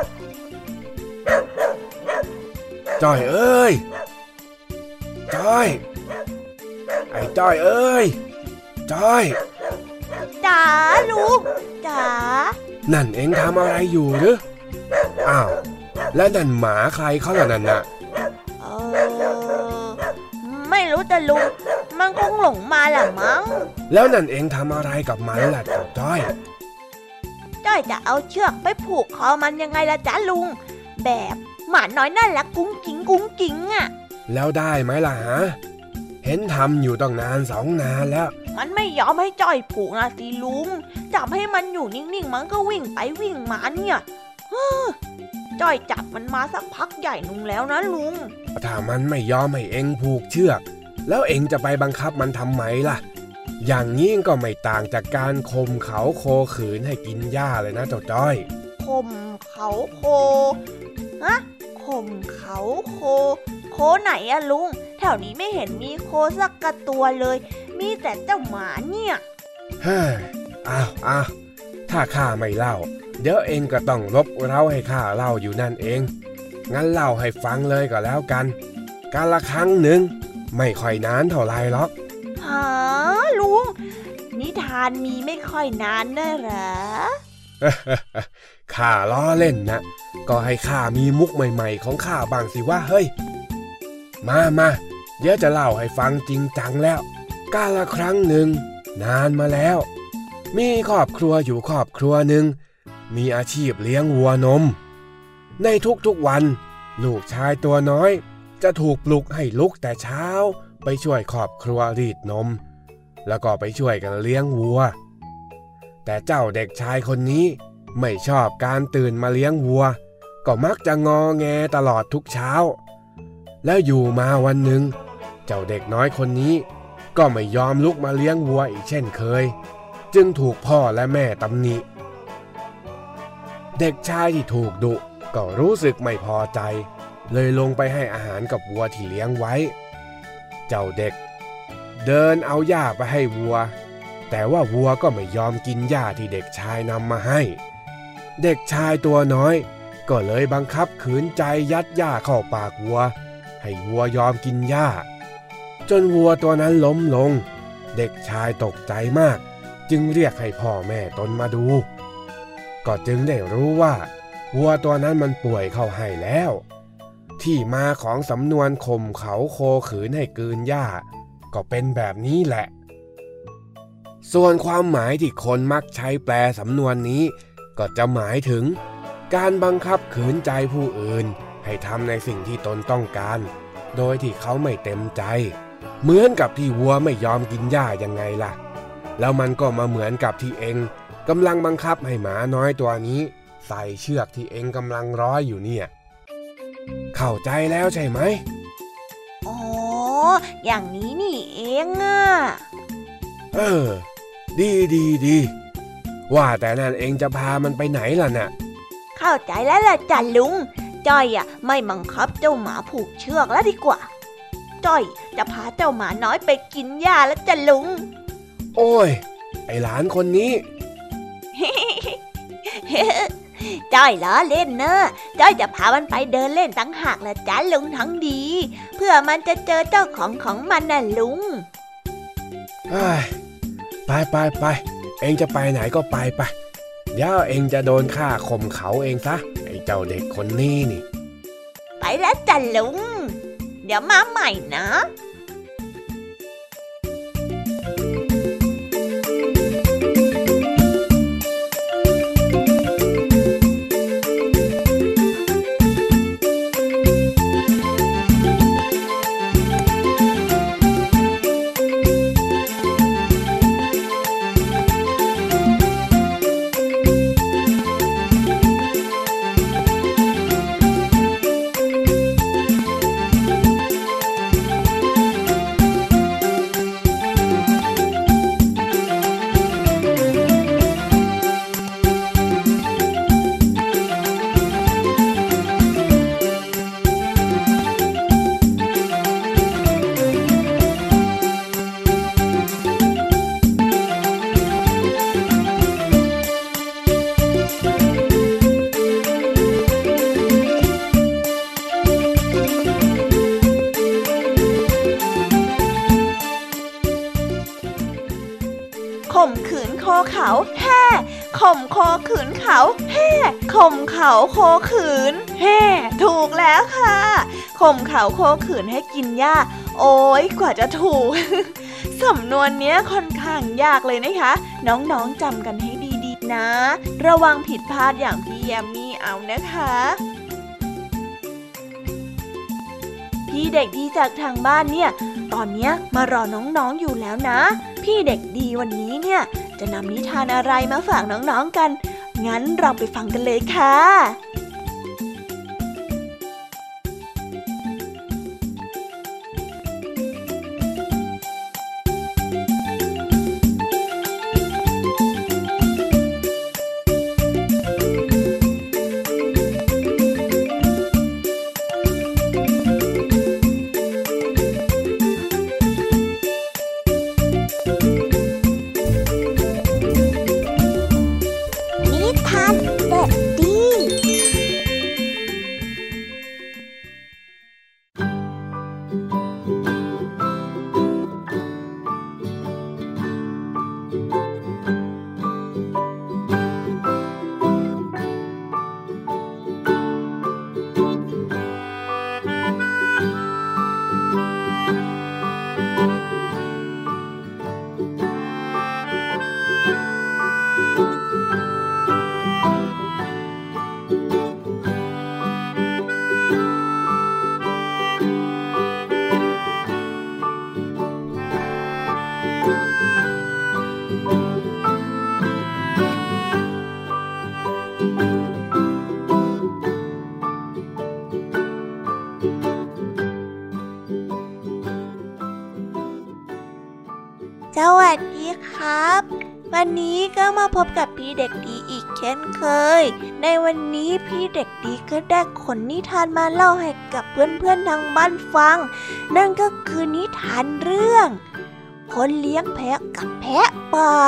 จ้อยเอ้ยจ้อยไอ้จ้อยเอ้ยจ้อยจ๋าลุงจ๋านั่นเอ็งทำอะไรอยู่หรืออ้าวแล้วนั่นหมาใครเขาล่ะนั่นน่ะเออไม่รู้แต่ลุงมันคงหลงมาแหละมั้งแล้วนั่นเอ็งทำอะไรกับมันล่ะเจ้าจ้อยจ้อยจะเอาเชือกไปผูกคอมันยังไงล่ะจ๊ะลุงแบบหมาน้อยน่ารักกุ้งกิ้งกุ้งกิ้งอ่ะแล้วได้ไหมล่ะฮะเห็นทำอยู่ตั้งนานสองนานแล้วมันไม่ยอมให้จ้อยผูกนะสิลุงจับให้มันอยู่นิ่งๆมันก็วิ่งไปวิ่งมาเนี่ยจ้อยจับมันมาสักพักใหญ่นุ่งแล้วนะลุงถ้ามันไม่ยอมให้เอ็งผูกเชือกแล้วเอ็งจะไปบังคับมันทำไมล่ะอย่างนี้ก็ไม่ต่างจากการข่มเขาโคขืนให้กินหญ้าเลยนะเจ้าจ้อยข่มเขาโคฮะข่มเขาโคโคไหนอะลุงแถวนี้ไม่เห็นมีโคสักกระตัวเลยมีแต่เจ้าหมาเนี่ยเฮ้ยอ้าวอ้าวถ้าข้าไม่เล่าเดี๋ยวเองก็ต้องรบเร้าให้ข้าเล่าอยู่นั่นเองงั้นเล่าให้ฟังเลยก็แล้วกันกาละครั้งหนึ่งไม่ค่อยนานเท่าไรหรอกฮะลุงนิทานมีไม่ค่อยนานนะเหรอข้าล้อเล่นนะก็ให้ข้ามีมุกใหม่ๆของข้าบ้างสิว่าเฮ้ยมามาเดี๋ยวจะเล่าให้ฟังจริงจังแล้วกาละครั้งหนึ่งนานมาแล้วมีครอบครัวอยู่ครอบครัวหนึ่งมีอาชีพเลี้ยงวัวนมในทุกๆวันลูกชายตัวน้อยจะถูกปลุกให้ลุกแต่เช้าไปช่วยครอบครัวรีดนมแล้วก็ไปช่วยกันเลี้ยงวัวแต่เจ้าเด็กชายคนนี้ไม่ชอบการตื่นมาเลี้ยงวัวก็มักจะงอแงตลอดทุกเช้าแล้วอยู่มาวันหนึ่งเจ้าเด็กน้อยคนนี้ก็ไม่ยอมลุกมาเลี้ยงวัวอีกเช่นเคยจึงถูกพ่อและแม่ตำหนิเด็กชายที่ถูกดุก็รู้สึกไม่พอใจเลยลงไปให้อาหารกับวัวที่เลี้ยงไว้เจ้าเด็กเดินเอาหญ้าไปให้วัวแต่ว่าวัวก็ไม่ยอมกินหญ้าที่เด็กชายนำมาให้เด็กชายตัวน้อยก็เลยบังคับขืนใจยัดหญ้าเข้าปากวัวให้วัวยอมกินหญ้าจนวัวตัวนั้นล้มลงเด็กชายตกใจมากจึงเรียกให้พ่อแม่ตนมาดูก็จึงได้รู้ว่าวัวตัวนั้นมันป่วยเข้าให้แล้วที่มาของสำนวนข่มเขาโคขืนให้กลืนหญ้าก็เป็นแบบนี้แหละส่วนความหมายที่คนมักใช้แปลสำนวนนี้ก็จะหมายถึงการบังคับขืนใจผู้อื่นให้ทำในสิ่งที่ตนต้องการโดยที่เขาไม่เต็มใจเหมือนกับที่วัวไม่ยอมกินหญ้ายังไงล่ะแล้วมันก็มาเหมือนกับที่เองกำลังบังคับให้หมาน้อยตัวนี้ใส่เชือกที่เองกำลังร้อยอยู่เนี่ยเข้าใจแล้วใช่ไหมอ๋ออย่างนี้นี่เองอ่ะเออดีดีดีว่าแต่นั่นเองจะพามันไปไหนล่ะน่ะเข้าใจแล้วล่ะจ้ะลุงจ้อยอ่ะไม่บังคับเจ้าหมาผูกเชือกแล้วดีกว่าจ้อยจะพาเจ้าหมาน้อยไปกินหญ้าแล้วจ้ะลุงโอ้ยไอหลานคนนี้จ้อยล้อเล่นเนอะจ้อยจะพามันไปเดินเล่นตั้งหากละจ้ะลุงทั้งดีเพื่อมันจะเจอเจ้าของของมันน่ะลุงไปไปไปเองจะไปไหนก็ไปไปเดี๋ยวเองจะโดนข้าข่มเขาเองซะไอ้เจ้าเด็กคนนี้นี่ไปแล้วจ้ะลุงเดี๋ยวมาใหม่นะข่มขืนโคเขาแฮ่ข่มโคขืนเขาแฮ่ข่มเขาโคขืนแฮ่ถูกแล้วค่ะข่มเขาโคขืนให้กินหญ้าโอ้ยกว่าจะถูก สำนวนเนี้ยค่อนข้างยากเลยนะคะน้องๆจำกันให้ดีๆนะระวังผิดพลาดอย่างพี่แยมมี่เอานะคะพี่เด็กดีจากทางบ้านเนี่ยตอนเนี้ยมารอน้องๆอยู่แล้วนะพี่เด็กดีวันนี้เนี่ยจะนำนิทานอะไรมาฝากน้องๆกันงั้นเราไปฟังกันเลยค่ะสวัสดีครับวันนี้ก็มาพบกับพี่เด็กดีอีกเช่นเคยในวันนี้พี่เด็กดีก็ได้ขนนิทานมาเล่าให้กับเพื่อนๆทางบ้านฟังนั่นก็คือนิทานเรื่องคนเลี้ยงแพะกับแพะป่า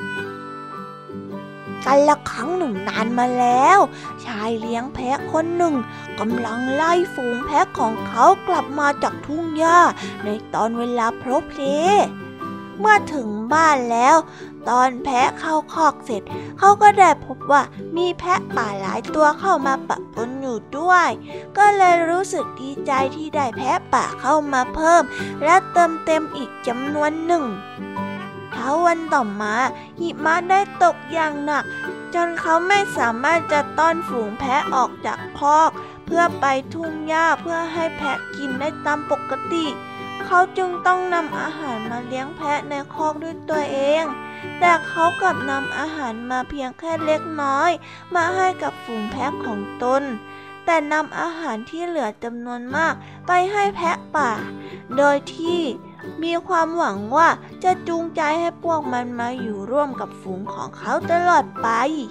กันละครั้งหนึ่งนานมาแล้วชายเลี้ยงแพะคนหนึ่งกำลังไล่ฝูงแพะของเขากลับมาจากทุ่งหญ้าในตอนเวลาโพลเพลเมื่อถึงบ้านแล้วตอนแพะเข้าคอกเสร็จเขาก็ได้พบว่ามีแพะป่าหลายตัวเข้ามาปะปนอยู่ด้วยก็เลยรู้สึกดีใจที่ได้แพะป่าเข้ามาเพิ่มและเติมเต็มอีกจำนวนหนึ่งเช้าวันต่อมาหิมะได้ตกอย่างหนักจนเขาไม่สามารถจะต้อนฝูงแพะออกจากคอกเพื่อไปทุ่งหญ้าเพื่อให้แพะกินได้ตามปกติเขาจึงต้องนำอาหารมาเลี้ยงแพะในคอกด้วยตัวเองแต่เขากลับนำอาหารมาเพียงแค่เล็กน้อยมาให้กับฝูงแพะของตนแต่นำอาหารที่เหลือจำนวนมากไปให้แพะป่าโดยที่มีความหวังว่าจะจูงใจให้พวกมันมาอยู่ร่วมกับฝูงของเขาตลอดไป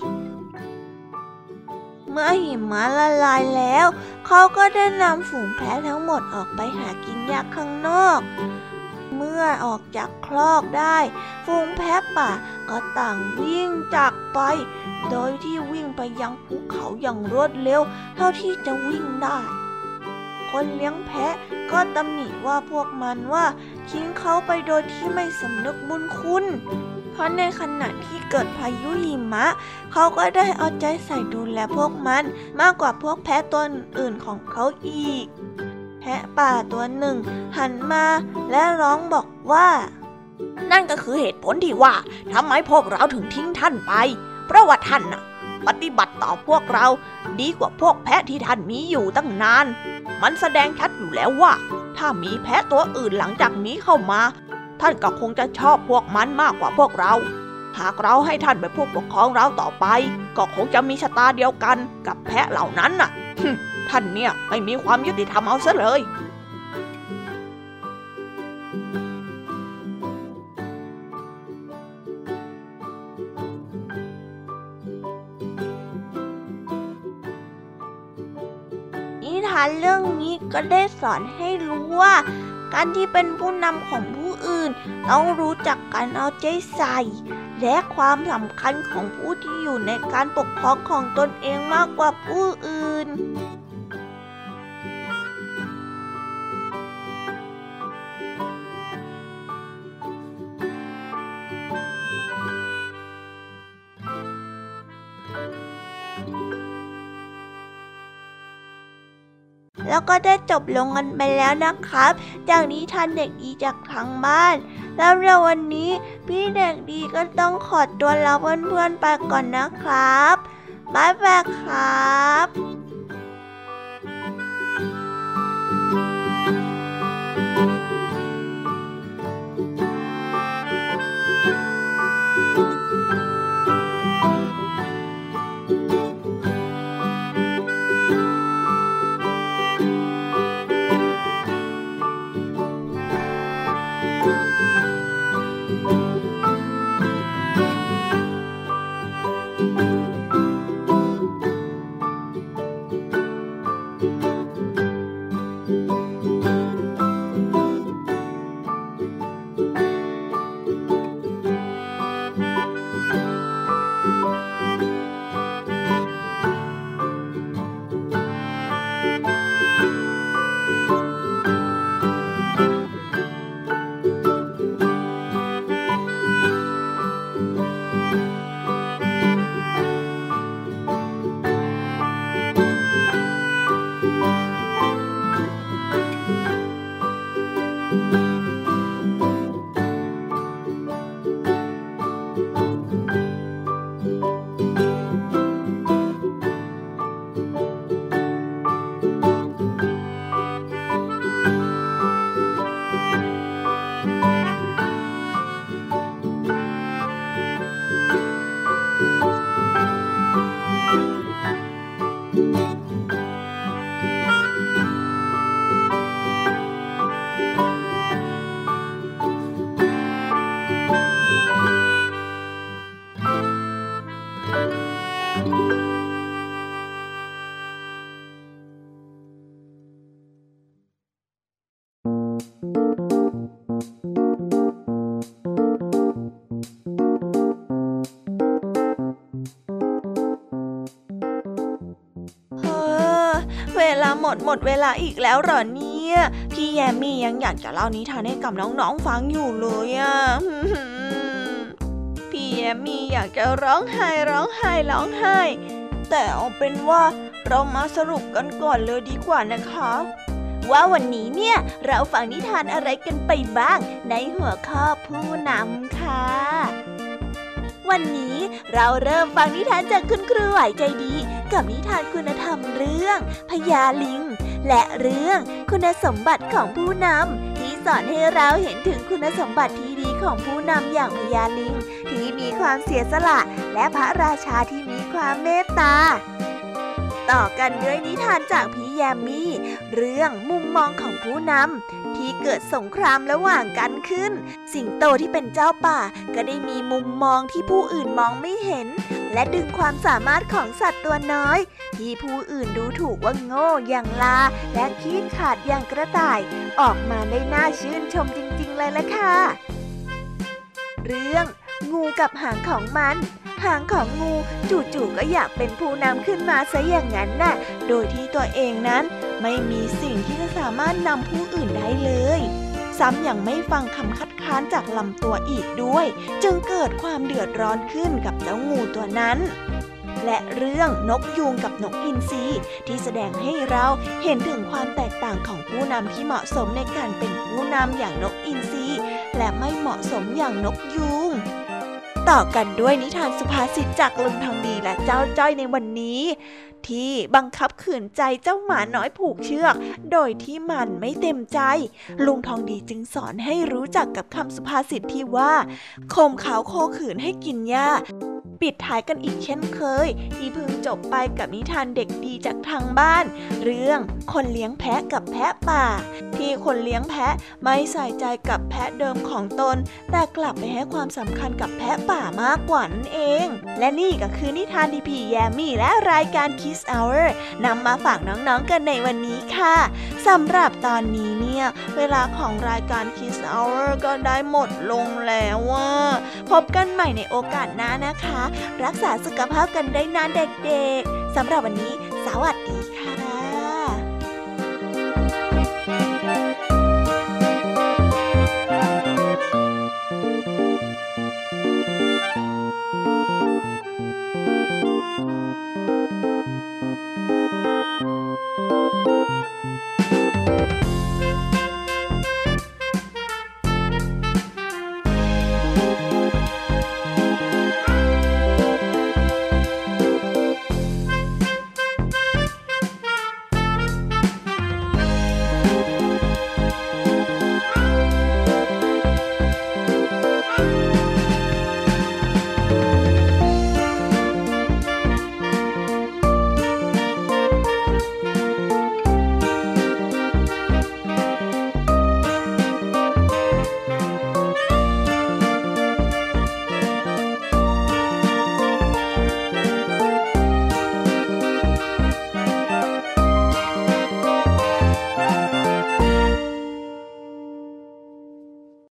เมื่อหิมะละลายแล้วเขาก็ได้นำฝูงแพะทั้งหมดออกไปหากินหญ้าข้างนอกเมื่อออกจากคลอกได้ฝูงแพะป่าก็ต่างวิ่งจากไปโดยที่วิ่งไปยังภูเขาอย่างรวดเร็วเท่าที่จะวิ่งได้คนเลี้ยงแพะก็ตำหนิว่าพวกมันว่าทิ้งเขาไปโดยที่ไม่สำนึกบุญคุณเพราะในขณะที่เกิดพายุหิมะเขาก็ได้เอาใจใส่ดูแลพวกมันมากกว่าพวกแพะตัวอื่นของเขาอีกแพะป่าตัวหนึ่งหันมาและร้องบอกว่านั่นก็คือเหตุผลที่ว่าทำไมพวกเราถึงทิ้งท่านไปเพราะว่าท่านน่ะปฏิบัติต่อพวกเราดีกว่าพวกแพะที่ท่านมีอยู่ตั้งนานมันแสดงชัดอยู่แล้วว่าถ้ามีแพะตัวอื่นหลังจากนี้เข้ามาท่านก็คงจะชอบพวกมันมากกว่าพวกเราหากเราให้ท่านเป็นผู้ปกครองเราต่อไปก็คงจะมีชะตาเดียวกันกับแพะเหล่านั้นน่ะ ท่านเนี่ยไม่มีความยุติธรรมเอาซะเลยนิทานเรื่องนี้ก็ได้สอนให้รู้ว่าการที่เป็นผู้นำของผู้อื่นต้องรู้จักการเอาใจใส่และความสำคัญของผู้ที่อยู่ในการปกครองของตนเองมากกว่าผู้อื่นแล้วก็ได้จบลงกันไปแล้วนะครับจากนิทานเด็กดีจากทางบ้านแล้วในวันนี้พี่เด็กดีก็ต้องขอตัวลาเพื่อนๆไปก่อนนะครับบ๊ายบายครับหมดหมดเวลาอีกแล้วเหรอเนี่ยพี่แยมมี่ยังอยากจะเล่านิทานให้กับน้องๆฟังอยู่เลยอ่ะ พี่แยมมี่อยากจะร้องไห้ร้องไห้ร้องไห้แต่เอาเป็นว่าเรามาสรุปกันก่อนเลยดีกว่านะคะว่าวันนี้เนี่ยเราฟังนิทานอะไรกันไปบ้างในหัวข้อผู้นำค่ะวันนี้เราเริ่มฟังนิทานจากคุณครูไหวใจดีกับนิทานคุณธรรมเรื่องพญาลิงและเรื่องคุณสมบัติของผู้นำที่สอนให้เราเห็นถึงคุณสมบัติที่ดีของผู้นำอย่างพญาลิงที่มีความเสียสละและพระราชาที่มีความเมตตาต่อกันด้วยนิทานจากพี่แยมมี่เรื่องมุมมองของผู้นำที่เกิดสงครามระหว่างกันขึ้นสิงโตที่เป็นเจ้าป่าก็ได้มีมุมมองที่ผู้อื่นมองไม่เห็นและดึงความสามารถของสัตว์ตัวน้อยที่ผู้อื่นดูถูกว่าโง่อย่างลาและขี้ขลาดอย่างกระต่ายออกมาได้น่าชื่นชมจริงๆเลยล่ะค่ะเรื่องงูกับหางของมันหางของงูจู่ๆก็อยากเป็นผู้นำขึ้นมาซะอย่างนั้นน่ะโดยที่ตัวเองนั้นไม่มีสิ่งที่จะสามารถนำผู้อื่นได้เลยซ้ำยังไม่ฟังคำคัดค้านจากลำตัวอีกด้วยจึงเกิดความเดือดร้อนขึ้นกับเจ้างูตัวนั้นและเรื่องนกยูงกับนกอินทรีที่แสดงให้เราเห็นถึงความแตกต่างของผู้นำที่เหมาะสมในการเป็นผู้นำอย่างนกอินทรีและไม่เหมาะสมอย่างนกยูงต่อกันด้วยนิทานสุภาษิตจากลุงทองดีและเจ้าจ้อยในวันนี้ที่บังคับขืนใจเจ้าหมาน้อยผูกเชือกโดยที่มันไม่เต็มใจลุงทองดีจึงสอนให้รู้จักกับคำสุภาษิตที่ว่าข่มขาวโคขืนให้กินหญ้าปิดท้ายกันอีกเช่นเคยที่เพิ่งจบไปกับนิทานเด็กดีจากทางบ้านเรื่องคนเลี้ยงแพะกับแพะป่าที่คนเลี้ยงแพะไม่ใส่ใจกับแพะเดิมของตนแต่กลับไปให้ความสำคัญกับแพะป่ามากกว่านั่นเองและนี่ก็คือนิทานที่พี่แยมมี่และรายการ Kids Hour นำมาฝากน้องๆกันในวันนี้ค่ะสำหรับตอนนี้เนี่ยเวลาของรายการ Kids Hour ก็ได้หมดลงแล้วว่าพบกันใหม่ในโอกาสหน้านะคะรักษาสุขภาพกันได้นะเด็กๆสำหรับวันนี้สวัสดีค่ะ